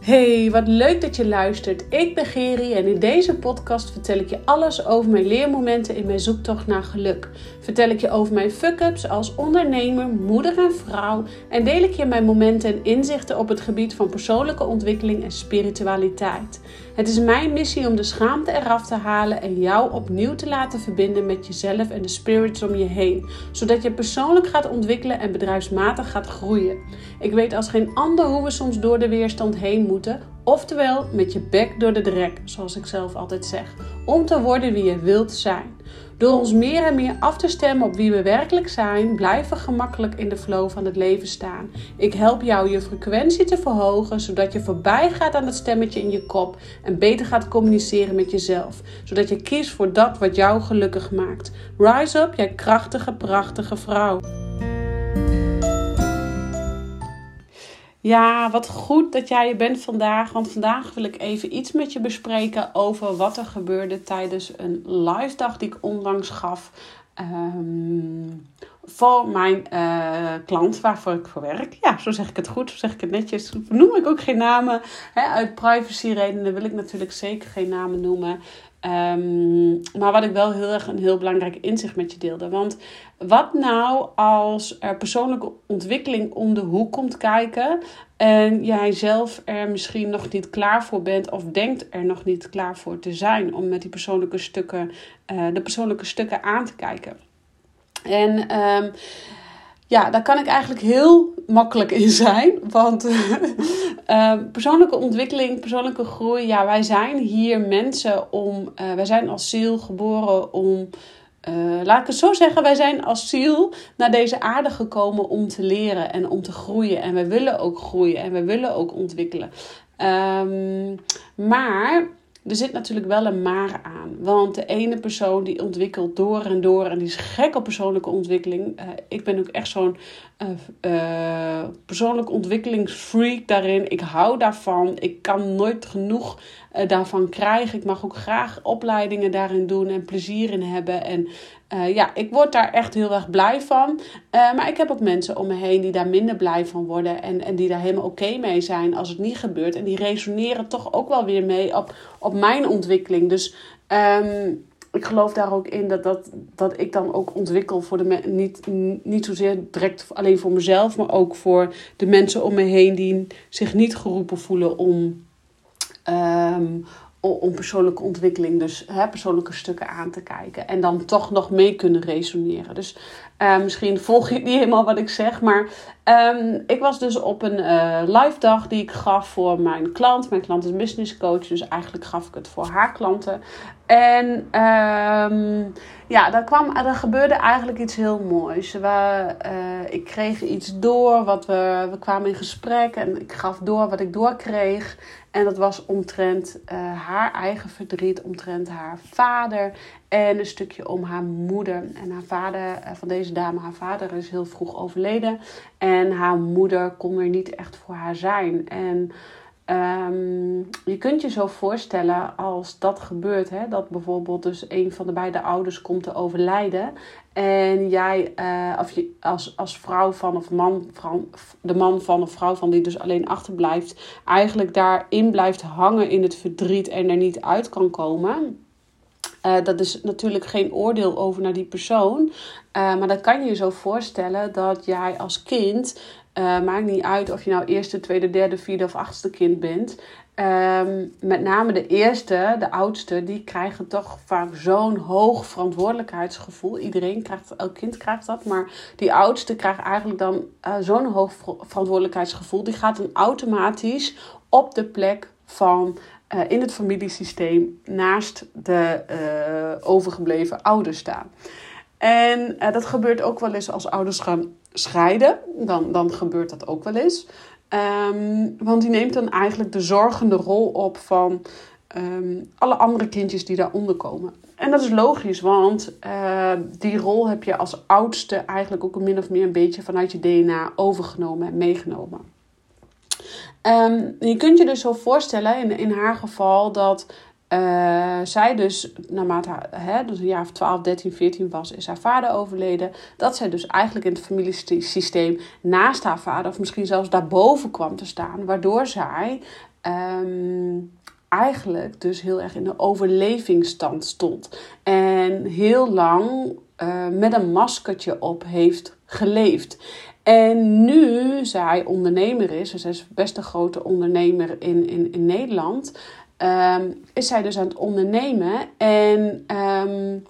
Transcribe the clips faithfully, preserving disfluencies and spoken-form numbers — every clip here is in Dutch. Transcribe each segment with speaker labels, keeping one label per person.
Speaker 1: Hey, wat leuk dat je luistert. Ik ben Geri en in deze podcast vertel ik je alles over mijn leermomenten in mijn zoektocht naar geluk. Vertel ik je over mijn fuck-ups als ondernemer, moeder en vrouw en deel ik je mijn momenten en inzichten op het gebied van persoonlijke ontwikkeling en spiritualiteit. Het is mijn missie om de schaamte eraf te halen en jou opnieuw te laten verbinden met jezelf en de spirits om je heen, zodat je persoonlijk gaat ontwikkelen en bedrijfsmatig gaat groeien. Ik weet als geen ander hoe we soms door de weerstand heen moeten, oftewel met je bek door de drek, zoals ik zelf altijd zeg, om te worden wie je wilt zijn. Door ons meer en meer af te stemmen op wie we werkelijk zijn, blijven we gemakkelijk in de flow van het leven staan. Ik help jou je frequentie te verhogen, zodat je voorbij gaat aan het stemmetje in je kop en beter gaat communiceren met jezelf. Zodat je kiest voor dat wat jou gelukkig maakt. Rise up, jij krachtige, prachtige vrouw. Ja, wat goed dat jij er bent vandaag, want vandaag wil ik even iets met je bespreken over wat er gebeurde tijdens een live dag die ik onlangs gaf um, voor mijn uh, klant waarvoor ik voor werk. Ja, zo zeg ik het goed, zo zeg ik het netjes. Noem ik ook geen namen. Hè? Uit privacyredenen wil ik natuurlijk zeker geen namen noemen. Um, maar wat ik wel heel erg een heel belangrijk inzicht met je deelde. Want wat nou als er persoonlijke ontwikkeling om de hoek komt kijken en jij zelf er misschien nog niet klaar voor bent of denkt er nog niet klaar voor te zijn om met die persoonlijke stukken, uh, de persoonlijke stukken aan te kijken. En um, ja, daar kan ik eigenlijk heel makkelijk in zijn. Want uh, persoonlijke ontwikkeling, persoonlijke groei. Ja, wij zijn hier mensen om... Uh, wij zijn als ziel geboren om... Uh, laat ik het zo zeggen. Wij zijn als ziel naar deze aarde gekomen om te leren en om te groeien. En we willen ook groeien en we willen ook ontwikkelen. Um, maar... Er zit natuurlijk wel een maar aan. Want de ene persoon die ontwikkelt door en door. En die is gek op persoonlijke ontwikkeling. Uh, ik ben ook echt zo'n uh, uh, persoonlijke ontwikkelingsfreak daarin. Ik hou daarvan. Ik kan nooit genoeg uh, daarvan krijgen. Ik mag ook graag opleidingen daarin doen. En plezier in hebben. En uh, ja, ik word daar echt heel erg blij van. Uh, maar ik heb ook mensen om me heen die daar minder blij van worden. En, en die daar helemaal oké okay mee zijn als het niet gebeurt. En die resoneren toch ook wel weer mee op... op mijn ontwikkeling. Dus um, ik geloof daar ook in dat, dat, dat ik dan ook ontwikkel voor de mensen. Niet, niet zozeer direct alleen voor mezelf, maar ook voor de mensen om me heen die zich niet geroepen voelen om, um, om persoonlijke ontwikkeling, dus hè, persoonlijke stukken aan te kijken. En dan toch nog mee kunnen resoneren. Dus uh, misschien volg je niet helemaal wat ik zeg, maar um, ik was dus op een uh, live dag die ik gaf voor mijn klant. Mijn klant is business coach, dus eigenlijk gaf ik het voor haar klanten. En um, ja, daar, kwam, er gebeurde eigenlijk iets heel moois. We, uh, ik kreeg iets door, wat we, we kwamen in gesprek en ik gaf door wat ik doorkreeg. En dat was omtrent uh, haar eigen verdriet, omtrent haar vader en een stukje om haar moeder. En haar vader, uh, van deze dame, haar vader is heel vroeg overleden. En haar moeder kon er niet echt voor haar zijn. En um, je kunt je zo voorstellen als dat gebeurt, hè, dat bijvoorbeeld dus een van de beide ouders komt te overlijden. En jij uh, of je, als, als vrouw van of man, vrouw, de man van of vrouw van die dus alleen achterblijft, eigenlijk daarin blijft hangen in het verdriet en er niet uit kan komen. Uh, dat is natuurlijk geen oordeel over naar die persoon. Uh, maar dan kan je je zo voorstellen dat jij als kind, uh, maakt niet uit of je nou eerste, tweede, derde, vierde of achtste kind bent. Um, met name de eerste, de oudste, die krijgen toch vaak zo'n hoog verantwoordelijkheidsgevoel. Iedereen krijgt, elk kind krijgt dat, maar die oudste krijgt eigenlijk dan uh, zo'n hoog verantwoordelijkheidsgevoel. Die gaat dan automatisch op de plek van uh, in het familiesysteem naast de uh, overgebleven ouders staan. En uh, dat gebeurt ook wel eens als ouders gaan scheiden. Dan, dan gebeurt dat ook wel eens. Um, want die neemt dan eigenlijk de zorgende rol op van um, alle andere kindjes die daaronder komen. En dat is logisch, want uh, die rol heb je als oudste eigenlijk ook min of meer een beetje vanuit je D N A overgenomen en meegenomen. Um, je kunt je dus zo voorstellen, in, in haar geval, dat uh, zij dus, naarmate hè, dus een jaar of twaalf, dertien, veertien was, is haar vader overleden. Dat zij dus eigenlijk in het familiesysteem naast haar vader, of misschien zelfs daarboven kwam te staan. Waardoor zij Um, eigenlijk dus heel erg in de overlevingsstand stond. En heel lang uh, met een maskertje op heeft geleefd. En nu zij ondernemer is, dus zij is best een grote ondernemer in, in, in Nederland, um, is zij dus aan het ondernemen en um,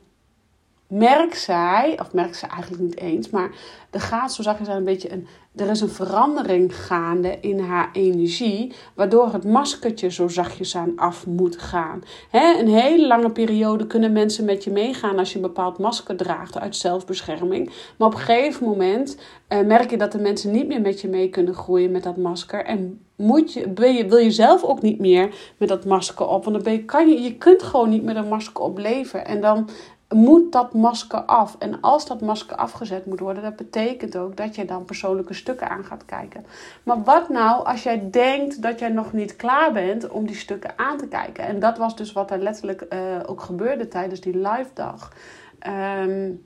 Speaker 1: merkt zij, of merkt ze eigenlijk niet eens, maar er gaat, zo zag je, een beetje een, er is een verandering gaande in haar energie, waardoor het maskertje zo zachtjes aan af moet gaan. He, een hele lange periode kunnen mensen met je meegaan als je een bepaald masker draagt uit zelfbescherming. Maar op een gegeven moment uh, merk je dat de mensen niet meer met je mee kunnen groeien met dat masker. En moet je, ben je, wil je zelf ook niet meer met dat masker op, want dan ben je, kan je, je kunt gewoon niet met een masker op leven. En dan moet dat masker af. En als dat masker afgezet moet worden, dat betekent ook dat je dan persoonlijke stukken aan gaat kijken. Maar wat nou als jij denkt dat jij nog niet klaar bent om die stukken aan te kijken? En dat was dus wat er letterlijk uh, ook gebeurde tijdens die live dag. Um,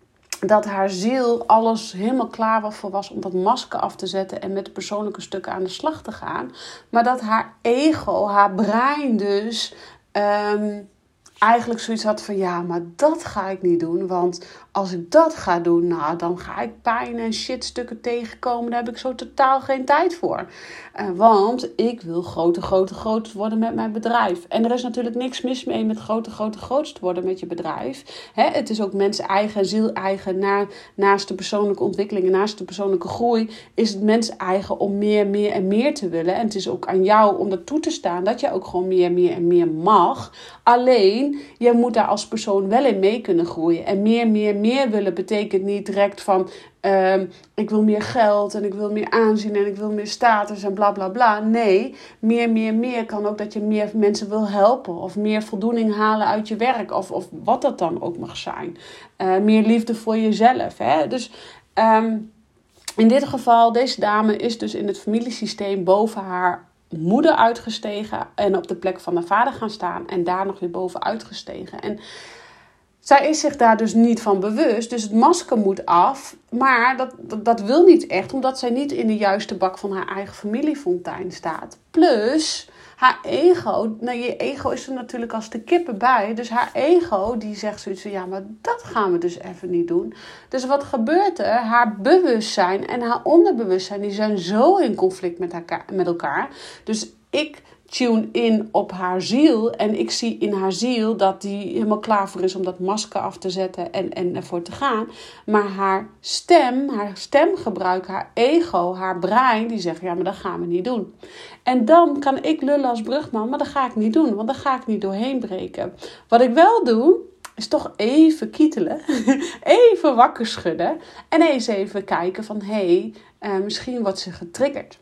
Speaker 1: dat haar ziel alles helemaal klaar voor was om dat masker af te zetten en met de persoonlijke stukken aan de slag te gaan. Maar dat haar ego, haar brein dus Um, eigenlijk zoiets had van, ja, maar dat ga ik niet doen. Want als ik dat ga doen, nou, dan ga ik pijn en shitstukken tegenkomen. Daar heb ik zo totaal geen tijd voor. Uh, want ik wil groter, groter, groter worden met mijn bedrijf. En er is natuurlijk niks mis mee met groter, groter, grootst worden met je bedrijf. Hè, het is ook mens eigen, ziel eigen. Na, naast de persoonlijke ontwikkeling en naast de persoonlijke groei is het mens eigen om meer, meer en meer te willen. En het is ook aan jou om dat toe te staan dat je ook gewoon meer, meer en meer mag. Alleen, je moet daar als persoon wel in mee kunnen groeien. En meer, meer, meer willen betekent niet direct van Uh, ik wil meer geld en ik wil meer aanzien en ik wil meer status en bla bla bla. Nee, meer, meer, meer kan ook dat je meer mensen wil helpen of meer voldoening halen uit je werk of, of wat dat dan ook mag zijn. Uh, meer liefde voor jezelf. Hè? Dus um, in dit geval, deze dame is dus in het familiesysteem boven haar moeder uitgestegen en op de plek van haar vader gaan staan en daar nog weer boven uitgestegen. En zij is zich daar dus niet van bewust. Dus het masker moet af. Maar dat, dat, dat wil niet echt. Omdat zij niet in de juiste bak van haar eigen familiefontein staat. Plus, haar ego. Nou, je ego is er natuurlijk als de kippen bij. Dus haar ego die zegt zoiets van, ja, maar dat gaan we dus even niet doen. Dus wat gebeurt er? Haar bewustzijn en haar onderbewustzijn die zijn zo in conflict met, haar, met elkaar. Dus ik tune in op haar ziel. En ik zie in haar ziel dat die helemaal klaar voor is om dat masker af te zetten en, en ervoor te gaan. Maar haar stem, haar stemgebruik, haar ego, haar brein, die zegt, ja, maar dat gaan we niet doen. En dan kan ik lullen als brugman, maar dat ga ik niet doen. Want daar ga ik niet doorheen breken. Wat ik wel doe, is toch even kietelen. Even wakker schudden. En eens even kijken van, hé, hey, uh, misschien wordt ze getriggerd.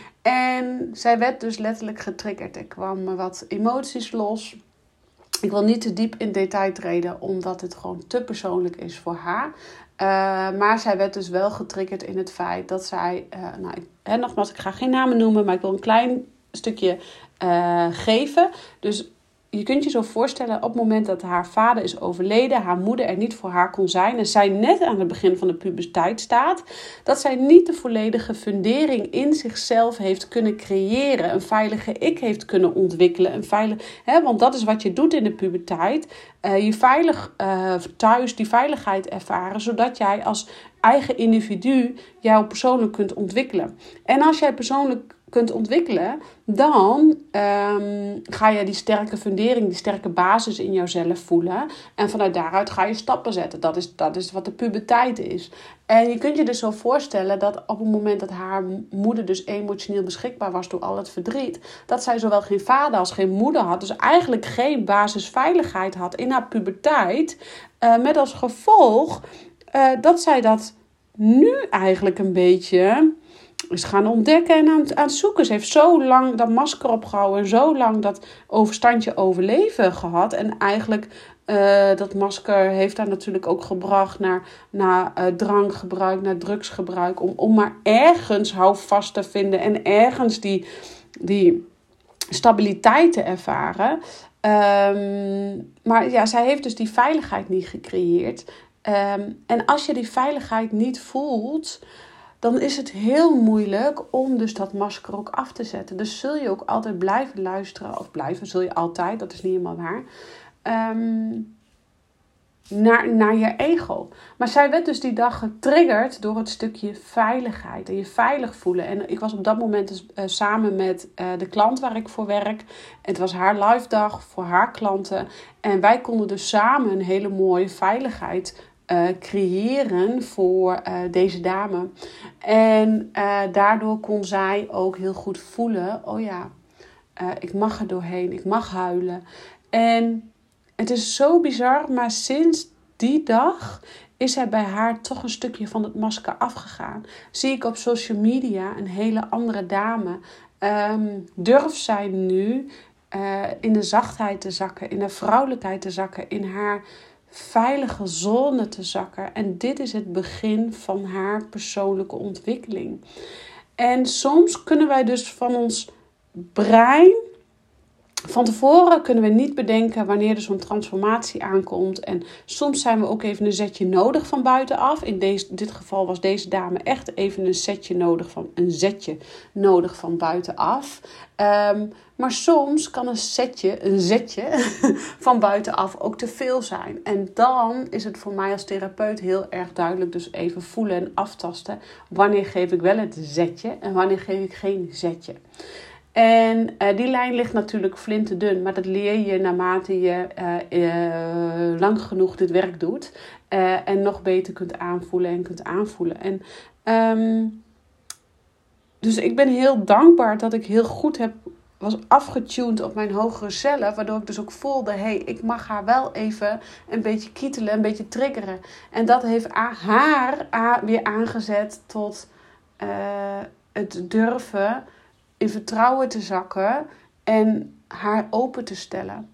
Speaker 1: En zij werd dus letterlijk getriggerd. Er kwamen wat emoties los. Ik wil niet te diep in detail treden, omdat het gewoon te persoonlijk is voor haar. Uh, maar zij werd dus wel getriggerd in het feit dat zij, uh, nou, ik, hè, nogmaals, ik ga geen namen noemen, maar ik wil een klein stukje uh, geven. Dus je kunt je zo voorstellen, op het moment dat haar vader is overleden, haar moeder er niet voor haar kon zijn en zij net aan het begin van de puberteit staat, dat zij niet de volledige fundering in zichzelf heeft kunnen creëren, een veilige ik heeft kunnen ontwikkelen, een veilig, hè, want dat is wat je doet in de puberteit, uh, je veilig uh, thuis die veiligheid ervaren, zodat jij als eigen individu jou persoonlijk kunt ontwikkelen. En als jij persoonlijk kunt ontwikkelen, dan um, ga je die sterke fundering, die sterke basis in jouzelf voelen. En vanuit daaruit ga je stappen zetten. Dat is, dat is wat de puberteit is. En je kunt je dus zo voorstellen dat op het moment dat haar moeder dus emotioneel beschikbaar was door al het verdriet, dat zij zowel geen vader als geen moeder had. Dus eigenlijk geen basisveiligheid had in haar puberteit. Uh, met als gevolg uh, dat zij dat nu eigenlijk een beetje is gaan ontdekken en aan, aan het zoeken. Ze heeft zo lang dat masker opgehouden en zo lang dat overstandje overleven gehad. En eigenlijk uh, dat masker heeft haar natuurlijk ook gebracht naar, naar uh, drankgebruik, naar drugsgebruik. Om, om maar ergens houvast te vinden en ergens die, die stabiliteit te ervaren. Um, maar ja, zij heeft dus die veiligheid niet gecreëerd. Um, en als je die veiligheid niet voelt, dan is het heel moeilijk om dus dat masker ook af te zetten. Dus zul je ook altijd blijven luisteren, of blijven, zul je altijd, dat is niet helemaal waar, um, naar, naar je ego. Maar zij werd dus die dag getriggerd door het stukje veiligheid en je veilig voelen. En ik was op dat moment dus uh, samen met uh, de klant waar ik voor werk. Het was haar live dag voor haar klanten. En wij konden dus samen een hele mooie veiligheid Uh, creëren voor uh, deze dame. En uh, daardoor kon zij ook heel goed voelen, oh ja, uh, ik mag er doorheen, ik mag huilen. En het is zo bizar, maar sinds die dag is er bij haar toch een stukje van het masker afgegaan. Zie ik op social media een hele andere dame. Um, durft zij nu uh, in de zachtheid te zakken, in de vrouwelijkheid te zakken, in haar veilige zone te zakken. En dit is het begin van haar persoonlijke ontwikkeling. En soms kunnen wij dus van ons brein, van tevoren kunnen we niet bedenken wanneer er zo'n transformatie aankomt. En soms zijn we ook even een zetje nodig van buitenaf. In deze, dit geval was deze dame echt even een zetje nodig van, een zetje nodig van buitenaf. Um, maar soms kan een zetje, een zetje van buitenaf ook te veel zijn. En dan is het voor mij als therapeut heel erg duidelijk. Dus even voelen en aftasten. Wanneer geef ik wel het zetje en wanneer geef ik geen zetje. En uh, die lijn ligt natuurlijk flinterdun, maar dat leer je naarmate je uh, uh, lang genoeg dit werk doet. Uh, en nog beter kunt aanvoelen en kunt aanvoelen. En, um, dus ik ben heel dankbaar dat ik heel goed heb, was afgetuned op mijn hogere zelf. Waardoor ik dus ook voelde, hé, hey, ik mag haar wel even een beetje kietelen, een beetje triggeren. En dat heeft a- haar a- weer aangezet tot uh, het durven in vertrouwen te zakken en haar open te stellen.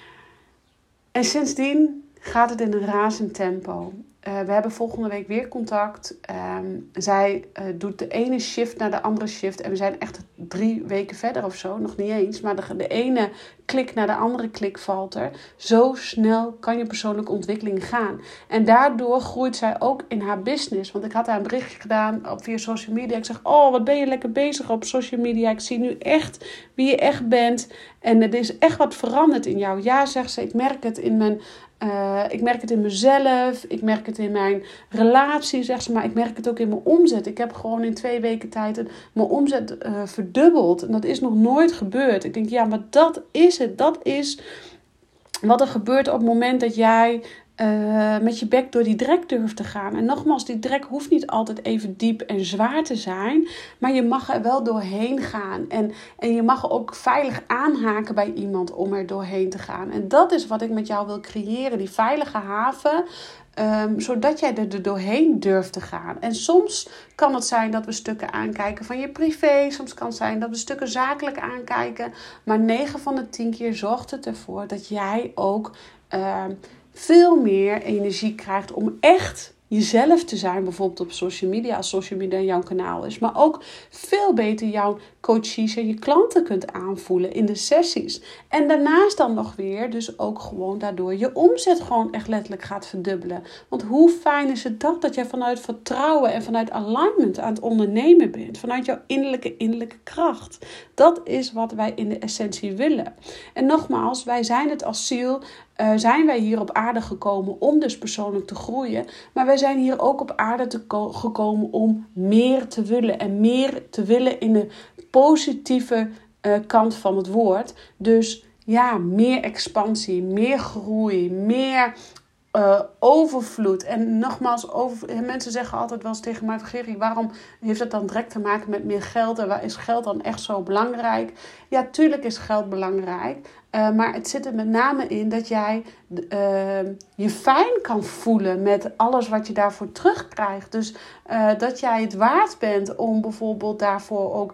Speaker 1: En sindsdien gaat het in een razend tempo. Uh, we hebben volgende week weer contact. Um, zij uh, doet de ene shift naar de andere shift. En we zijn echt drie weken verder of zo. Nog niet eens. Maar de, de ene klik naar de andere klik valt er. Zo snel kan je persoonlijke ontwikkeling gaan. En daardoor groeit zij ook in haar business. Want ik had haar een berichtje gedaan op via social media. Ik zeg, oh, wat ben je lekker bezig op social media. Ik zie nu echt wie je echt bent. En er is echt wat veranderd in jou. Ja, zegt ze, ik merk het in mijn... Uh, ik merk het in mezelf, ik merk het in mijn relatie, zegt ze, maar ik merk het ook in mijn omzet. Ik heb gewoon in twee weken tijd een, mijn omzet uh, verdubbeld en dat is nog nooit gebeurd. Ik denk, ja, maar dat is het. Dat is wat er gebeurt op het moment dat jij uh, met je bek door die drek durft te gaan. En nogmaals, die drek hoeft niet altijd even diep en zwaar te zijn, maar je mag er wel doorheen gaan. En, en je mag ook veilig aanhaken bij iemand om er doorheen te gaan. En dat is wat ik met jou wil creëren, die veilige haven. Um, zodat jij er doorheen durft te gaan. En soms kan het zijn dat we stukken aankijken van je privé. Soms kan het zijn dat we stukken zakelijk aankijken. Maar negen van de tien keer zorgt het ervoor dat jij ook uh, veel meer energie krijgt om echt jezelf te zijn. Bijvoorbeeld op social media, als social media jouw kanaal is. Maar ook veel beter jouw coaches en je klanten kunt aanvoelen in de sessies. En daarnaast dan nog weer, dus ook gewoon daardoor je omzet gewoon echt letterlijk gaat verdubbelen. Want hoe fijn is het dat, dat jij vanuit vertrouwen en vanuit alignment aan het ondernemen bent. Vanuit jouw innerlijke, innerlijke kracht. Dat is wat wij in de essentie willen. En nogmaals, wij zijn het als ziel. Uh, zijn wij hier op aarde gekomen om dus persoonlijk te groeien. Maar wij zijn hier ook op aarde te ko- gekomen om meer te willen. En meer te willen in de positieve uh, kant van het woord. Dus ja, meer expansie, meer groei, meer uh, overvloed. En nogmaals, over, mensen zeggen altijd wel eens tegen mij, Gerrie, waarom heeft het dan direct te maken met meer geld? En waar is geld dan echt zo belangrijk? Ja, tuurlijk is geld belangrijk. Uh, maar het zit er met name in dat jij uh, je fijn kan voelen met alles wat je daarvoor terugkrijgt. Dus uh, dat jij het waard bent om bijvoorbeeld daarvoor ook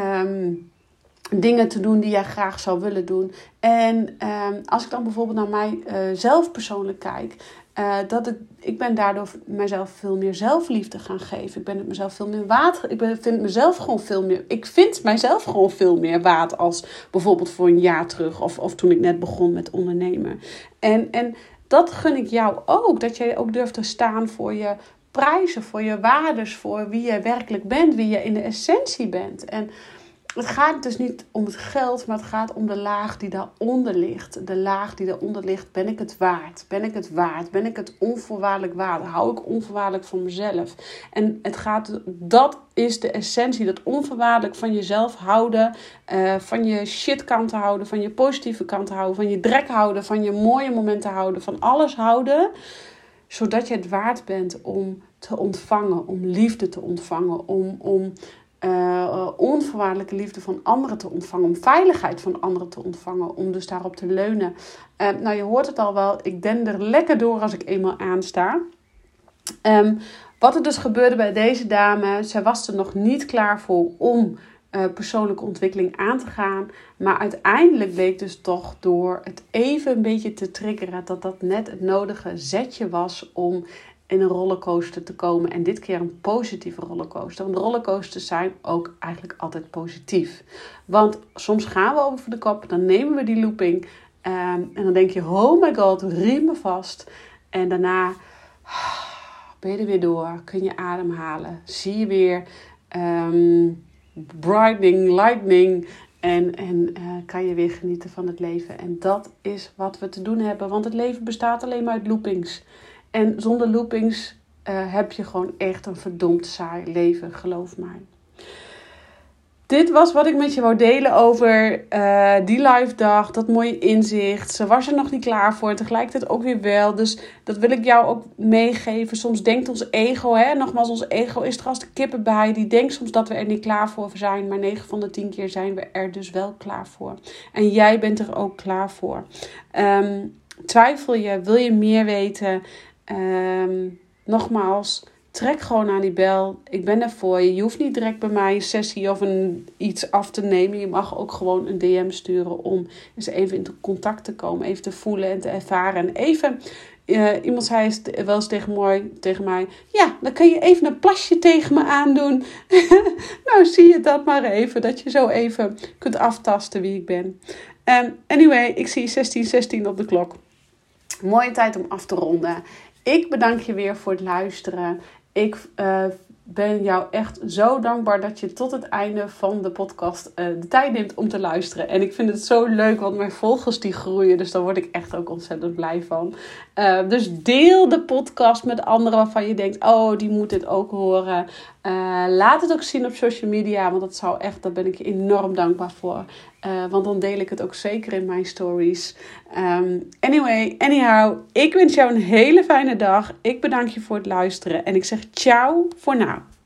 Speaker 1: um, dingen te doen die jij graag zou willen doen. En um, als ik dan bijvoorbeeld naar mijzelf uh, persoonlijk kijk, Uh, dat ik, ik ben daardoor mezelf veel meer zelfliefde gaan geven. Ik ben het mezelf veel meer waard. Ik ben, vind mezelf gewoon veel meer. Ik vind mijzelf gewoon veel meer waard als bijvoorbeeld voor een jaar terug. Of, of toen ik net begon met ondernemen. En, en dat gun ik jou ook. Dat jij ook durft te staan voor je prijzen, voor je waardes, voor wie je werkelijk bent, wie je in de essentie bent. En het gaat dus niet om het geld, maar het gaat om de laag die daaronder ligt. De laag die daaronder ligt, ben ik het waard? Ben ik het waard? Ben ik het onvoorwaardelijk waard? Hou ik onvoorwaardelijk van mezelf? En het gaat, dat is de essentie, dat onvoorwaardelijk van jezelf houden, uh, van je shitkant houden, van je positieve kant houden, van je drek houden, van je mooie momenten houden, van alles houden, zodat je het waard bent om te ontvangen, om liefde te ontvangen, om... om Uh, onvoorwaardelijke liefde van anderen te ontvangen. Om veiligheid van anderen te ontvangen. Om dus daarop te leunen. Uh, nou, je hoort het al wel. Ik den er lekker door als ik eenmaal aansta. Um, wat er dus gebeurde bij deze dame. Zij was er nog niet klaar voor om uh, persoonlijke ontwikkeling aan te gaan. Maar uiteindelijk bleek dus toch door het even een beetje te triggeren. Dat dat net het nodige zetje was om in een rollercoaster te komen. En dit keer een positieve rollercoaster. Want rollercoasters zijn ook eigenlijk altijd positief. Want soms gaan we over de kop. Dan nemen we die looping. Um, en dan denk je, oh my god, riemen vast. En daarna ben je er weer door. Kun je ademhalen. Zie je weer um, brightening, lightning. En, en uh, kan je weer genieten van het leven. En dat is wat we te doen hebben. Want het leven bestaat alleen maar uit loopings. En zonder loopings uh, heb je gewoon echt een verdomd saai leven, geloof mij. Dit was wat ik met je wou delen over uh, die live dag, dat mooie inzicht. Ze was er nog niet klaar voor en tegelijkertijd ook weer wel. Dus dat wil ik jou ook meegeven. Soms denkt ons ego, hè, nogmaals, ons ego is er als de kippen bij. Die denkt soms dat we er niet klaar voor zijn. Maar negen van de tien keer zijn we er dus wel klaar voor. En jij bent er ook klaar voor. Um, twijfel je, wil je meer weten? Um, nogmaals, trek gewoon aan die bel. Ik ben er voor je. Je hoeft niet direct bij mij een sessie of een, iets af te nemen. Je mag ook gewoon een D M sturen om eens even in contact te komen. Even te voelen en te ervaren. En even, uh, iemand zei wel eens tegen, mooi, tegen mij. Ja, dan kun je even een plasje tegen me aandoen. Nou, zie je dat maar even. Dat je zo even kunt aftasten wie ik ben. Um, anyway, ik zie zestien zestien op de klok. Mooie tijd om af te ronden. Ik bedank je weer voor het luisteren. Ik uh, ben jou echt zo dankbaar dat je tot het einde van de podcast uh, de tijd neemt om te luisteren. En ik vind het zo leuk, want mijn volgers die groeien. Dus daar word ik echt ook ontzettend blij van. Uh, dus deel de podcast met anderen waarvan je denkt, oh, die moet dit ook horen. Uh, laat het ook zien op social media, want dat zou echt, daar ben ik je enorm dankbaar voor. Uh, want dan deel ik het ook zeker in mijn stories. Um, anyway, anyhow, ik wens jou een hele fijne dag. Ik bedank je voor het luisteren en ik zeg ciao voor nu.